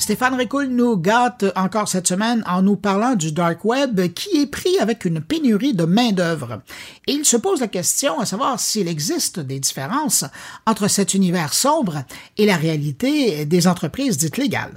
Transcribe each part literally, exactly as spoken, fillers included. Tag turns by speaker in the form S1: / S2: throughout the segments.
S1: Stéphane Ricoul nous gâte encore cette semaine en nous parlant du dark web qui est pris avec une pénurie de main-d'œuvre. Et il se pose la question à savoir s'il existe des différences entre cet univers sombre et la réalité des entreprises dites légales.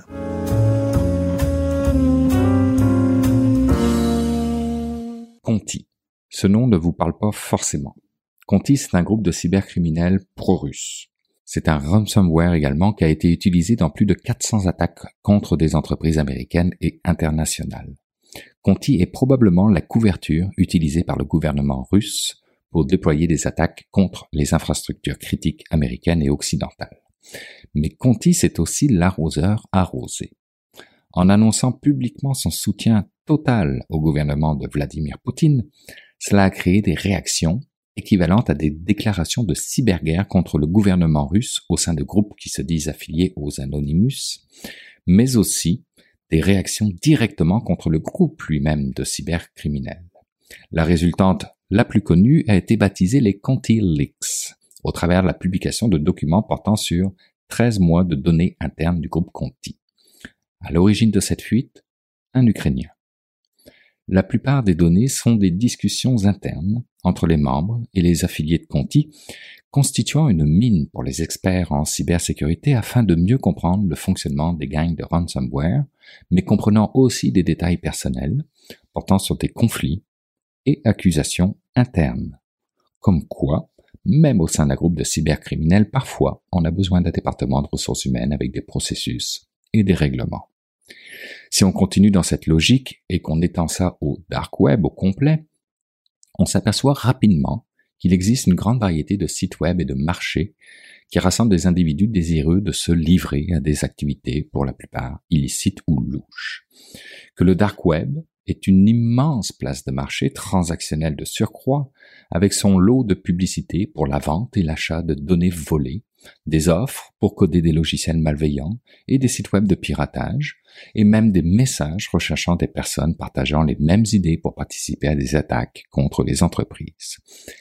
S2: Conti. Ce nom ne vous parle pas forcément. Conti, c'est un groupe de cybercriminels pro-russes. C'est un ransomware également qui a été utilisé dans plus de quatre cents attaques contre des entreprises américaines et internationales. Conti est probablement la couverture utilisée par le gouvernement russe pour déployer des attaques contre les infrastructures critiques américaines et occidentales. Mais Conti, c'est aussi l'arroseur arrosé. En annonçant publiquement son soutien total au gouvernement de Vladimir Poutine, cela a créé des réactions équivalentes à des déclarations de cyberguerre contre le gouvernement russe au sein de groupes qui se disent affiliés aux Anonymous, mais aussi des réactions directement contre le groupe lui-même de cybercriminels. La résultante la plus connue a été baptisée les Conti Leaks, au travers de la publication de documents portant sur treize mois de données internes du groupe Conti. À l'origine de cette fuite, un Ukrainien. La plupart des données sont des discussions internes entre les membres et les affiliés de Conti, constituant une mine pour les experts en cybersécurité afin de mieux comprendre le fonctionnement des gangs de ransomware, mais comprenant aussi des détails personnels portant sur des conflits et accusations internes. Comme quoi, même au sein d'un groupe de cybercriminels, parfois, on a besoin d'un département de ressources humaines avec des processus et des règlements. Si on continue dans cette logique et qu'on étend ça au dark web au complet, on s'aperçoit rapidement qu'il existe une grande variété de sites web et de marchés qui rassemblent des individus désireux de se livrer à des activités pour la plupart illicites ou louches. Que le dark web est une immense place de marché transactionnelle de surcroît avec son lot de publicité pour la vente et l'achat de données volées, des offres pour coder des logiciels malveillants et des sites web de piratage, et même des messages recherchant des personnes partageant les mêmes idées pour participer à des attaques contre les entreprises.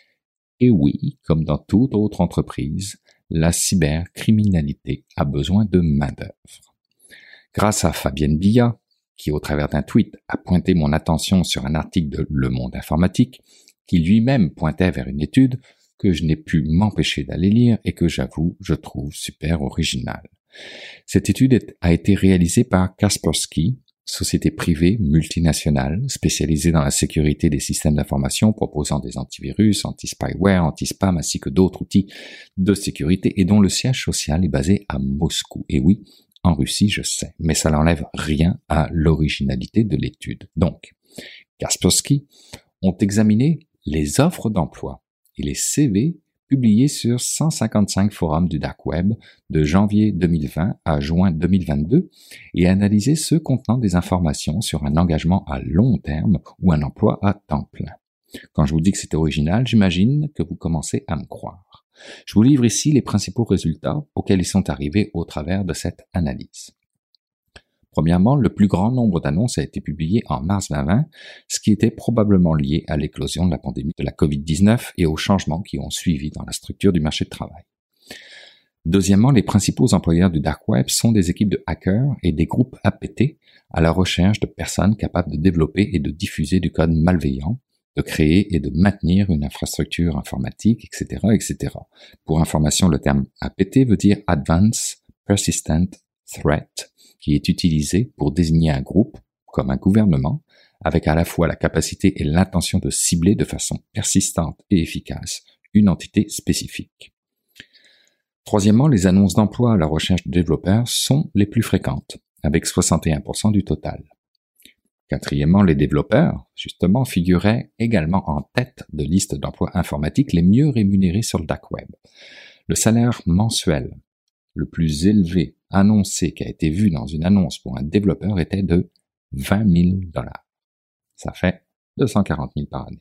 S2: Et oui, comme dans toute autre entreprise, la cybercriminalité a besoin de main-d'œuvre. Grâce à Fabienne Billa, qui au travers d'un tweet a pointé mon attention sur un article de Le Monde Informatique, qui lui-même pointait vers une étude que je n'ai pu m'empêcher d'aller lire et que j'avoue, je trouve super originale. Cette étude a été réalisée par Kaspersky, société privée multinationale spécialisée dans la sécurité des systèmes d'information proposant des antivirus, anti-spyware, anti-spam ainsi que d'autres outils de sécurité et dont le siège social est basé à Moscou. Et oui, en Russie, je sais, mais ça n'enlève rien à l'originalité de l'étude. Donc, Kaspersky ont examiné les offres d'emploi et les C V publiés sur cent cinquante-cinq forums du dark web de janvier deux mille vingt à juin deux mille vingt-deux et analysé ceux contenant des informations sur un engagement à long terme ou un emploi à temps plein. Quand je vous dis que c'est original, j'imagine que vous commencez à me croire. Je vous livre ici les principaux résultats auxquels ils sont arrivés au travers de cette analyse. Premièrement, le plus grand nombre d'annonces a été publié en mars deux mille vingt, ce qui était probablement lié à l'éclosion de la pandémie de la covid dix-neuf et aux changements qui ont suivi dans la structure du marché de travail. Deuxièmement, les principaux employeurs du dark web sont des équipes de hackers et des groupes A P T à la recherche de personnes capables de développer et de diffuser du code malveillant, de créer et de maintenir une infrastructure informatique, et cetera, et cetera. Pour information, le terme A P T veut dire Advanced Persistent Threat, qui est utilisé pour désigner un groupe, comme un gouvernement, avec à la fois la capacité et l'intention de cibler de façon persistante et efficace une entité spécifique. Troisièmement, les annonces d'emploi à la recherche de développeurs sont les plus fréquentes, avec soixante et un pour cent du total. Quatrièmement, les développeurs, justement, figuraient également en tête de liste d'emplois informatiques les mieux rémunérés sur le dark web. Le salaire mensuel le plus élevé annoncé qui a été vu dans une annonce pour un développeur était de vingt mille dollars. Ça fait deux cent quarante mille par année.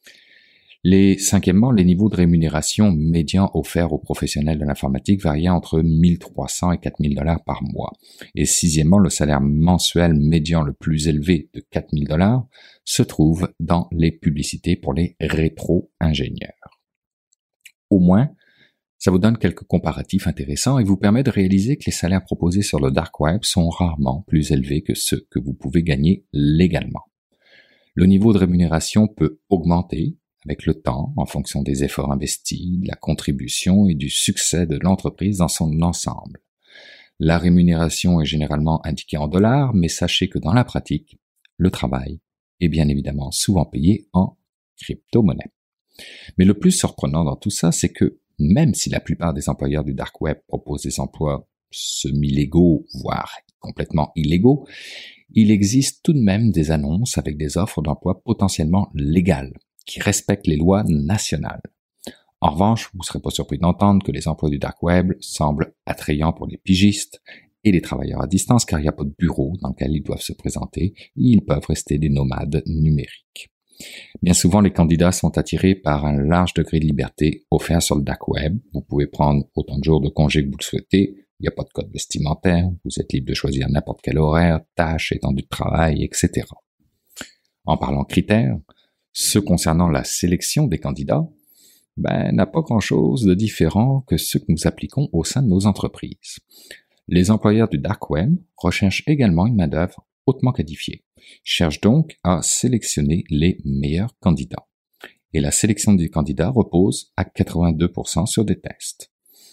S2: Les, cinquièmement, les niveaux de rémunération médians offerts aux professionnels de l'informatique variaient entre mille trois cents et quatre mille dollars par mois. Et sixièmement, le salaire mensuel médian le plus élevé de quatre mille dollars se trouve dans les publicités pour les rétro-ingénieurs. Au moins, Ça vous donne quelques comparatifs intéressants et vous permet de réaliser que les salaires proposés sur le dark web sont rarement plus élevés que ceux que vous pouvez gagner légalement. Le niveau de rémunération peut augmenter avec le temps en fonction des efforts investis, de la contribution et du succès de l'entreprise dans son ensemble. La rémunération est généralement indiquée en dollars, mais sachez que dans la pratique, le travail est bien évidemment souvent payé en crypto-monnaie. Mais le plus surprenant dans tout ça, c'est que même si la plupart des employeurs du dark web proposent des emplois semi-légaux, voire complètement illégaux, il existe tout de même des annonces avec des offres d'emploi potentiellement légales, qui respectent les lois nationales. En revanche, vous ne serez pas surpris d'entendre que les emplois du dark web semblent attrayants pour les pigistes et les travailleurs à distance car il n'y a pas de bureau dans lequel ils doivent se présenter et ils peuvent rester des nomades numériques. Bien souvent, les candidats sont attirés par un large degré de liberté offert sur le dark web. Vous pouvez prendre autant de jours de congé que vous le souhaitez. Il n'y a pas de code vestimentaire. Vous êtes libre de choisir n'importe quel horaire, tâche, étendue de travail, et cetera. En parlant critères, ceux concernant la sélection des candidats, ben, n'a pas grand-chose de différent que ceux que nous appliquons au sein de nos entreprises. Les employeurs du dark web recherchent également une main-d'œuvre hautement qualifiée, cherchent donc à sélectionner les meilleurs candidats. Et la sélection des candidats repose à quatre-vingt-deux pour cent sur des tests,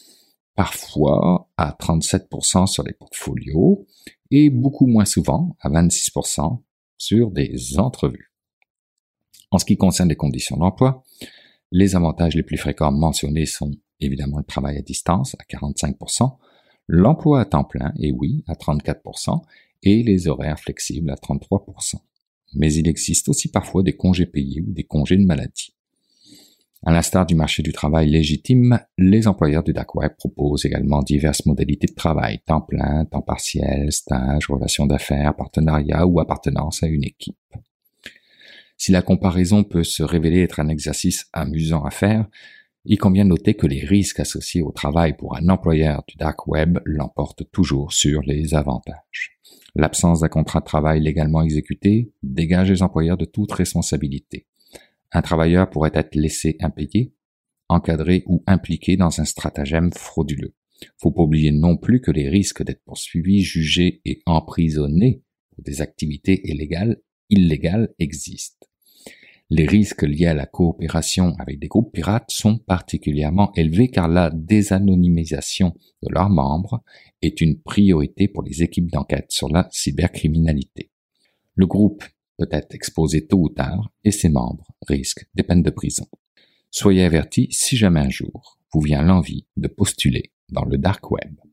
S2: parfois à trente-sept pour cent sur les portfolios et beaucoup moins souvent à vingt-six pour cent sur des entrevues. En ce qui concerne les conditions d'emploi, les avantages les plus fréquents mentionnés sont évidemment le travail à distance à quarante-cinq pour cent, l'emploi à temps plein, et oui, à trente-quatre pour cent, et les horaires flexibles à trente-trois pour cent. Mais il existe aussi parfois des congés payés ou des congés de maladie. À l'instar du marché du travail légitime, les employeurs du dark web proposent également diverses modalités de travail, temps plein, temps partiel, stage, relations d'affaires, partenariat ou appartenance à une équipe. Si la comparaison peut se révéler être un exercice amusant à faire, il convient de noter que les risques associés au travail pour un employeur du dark web l'emportent toujours sur les avantages. L'absence d'un contrat de travail légalement exécuté dégage les employeurs de toute responsabilité. Un travailleur pourrait être laissé impayé, encadré ou impliqué dans un stratagème frauduleux. Faut pas oublier non plus que les risques d'être poursuivi, jugé et emprisonné pour des activités illégales, illégales existent. Les risques liés à la coopération avec des groupes pirates sont particulièrement élevés car la désanonymisation de leurs membres est une priorité pour les équipes d'enquête sur la cybercriminalité. Le groupe peut être exposé tôt ou tard et ses membres risquent des peines de prison. Soyez avertis si jamais un jour vous vient l'envie de postuler dans le dark web.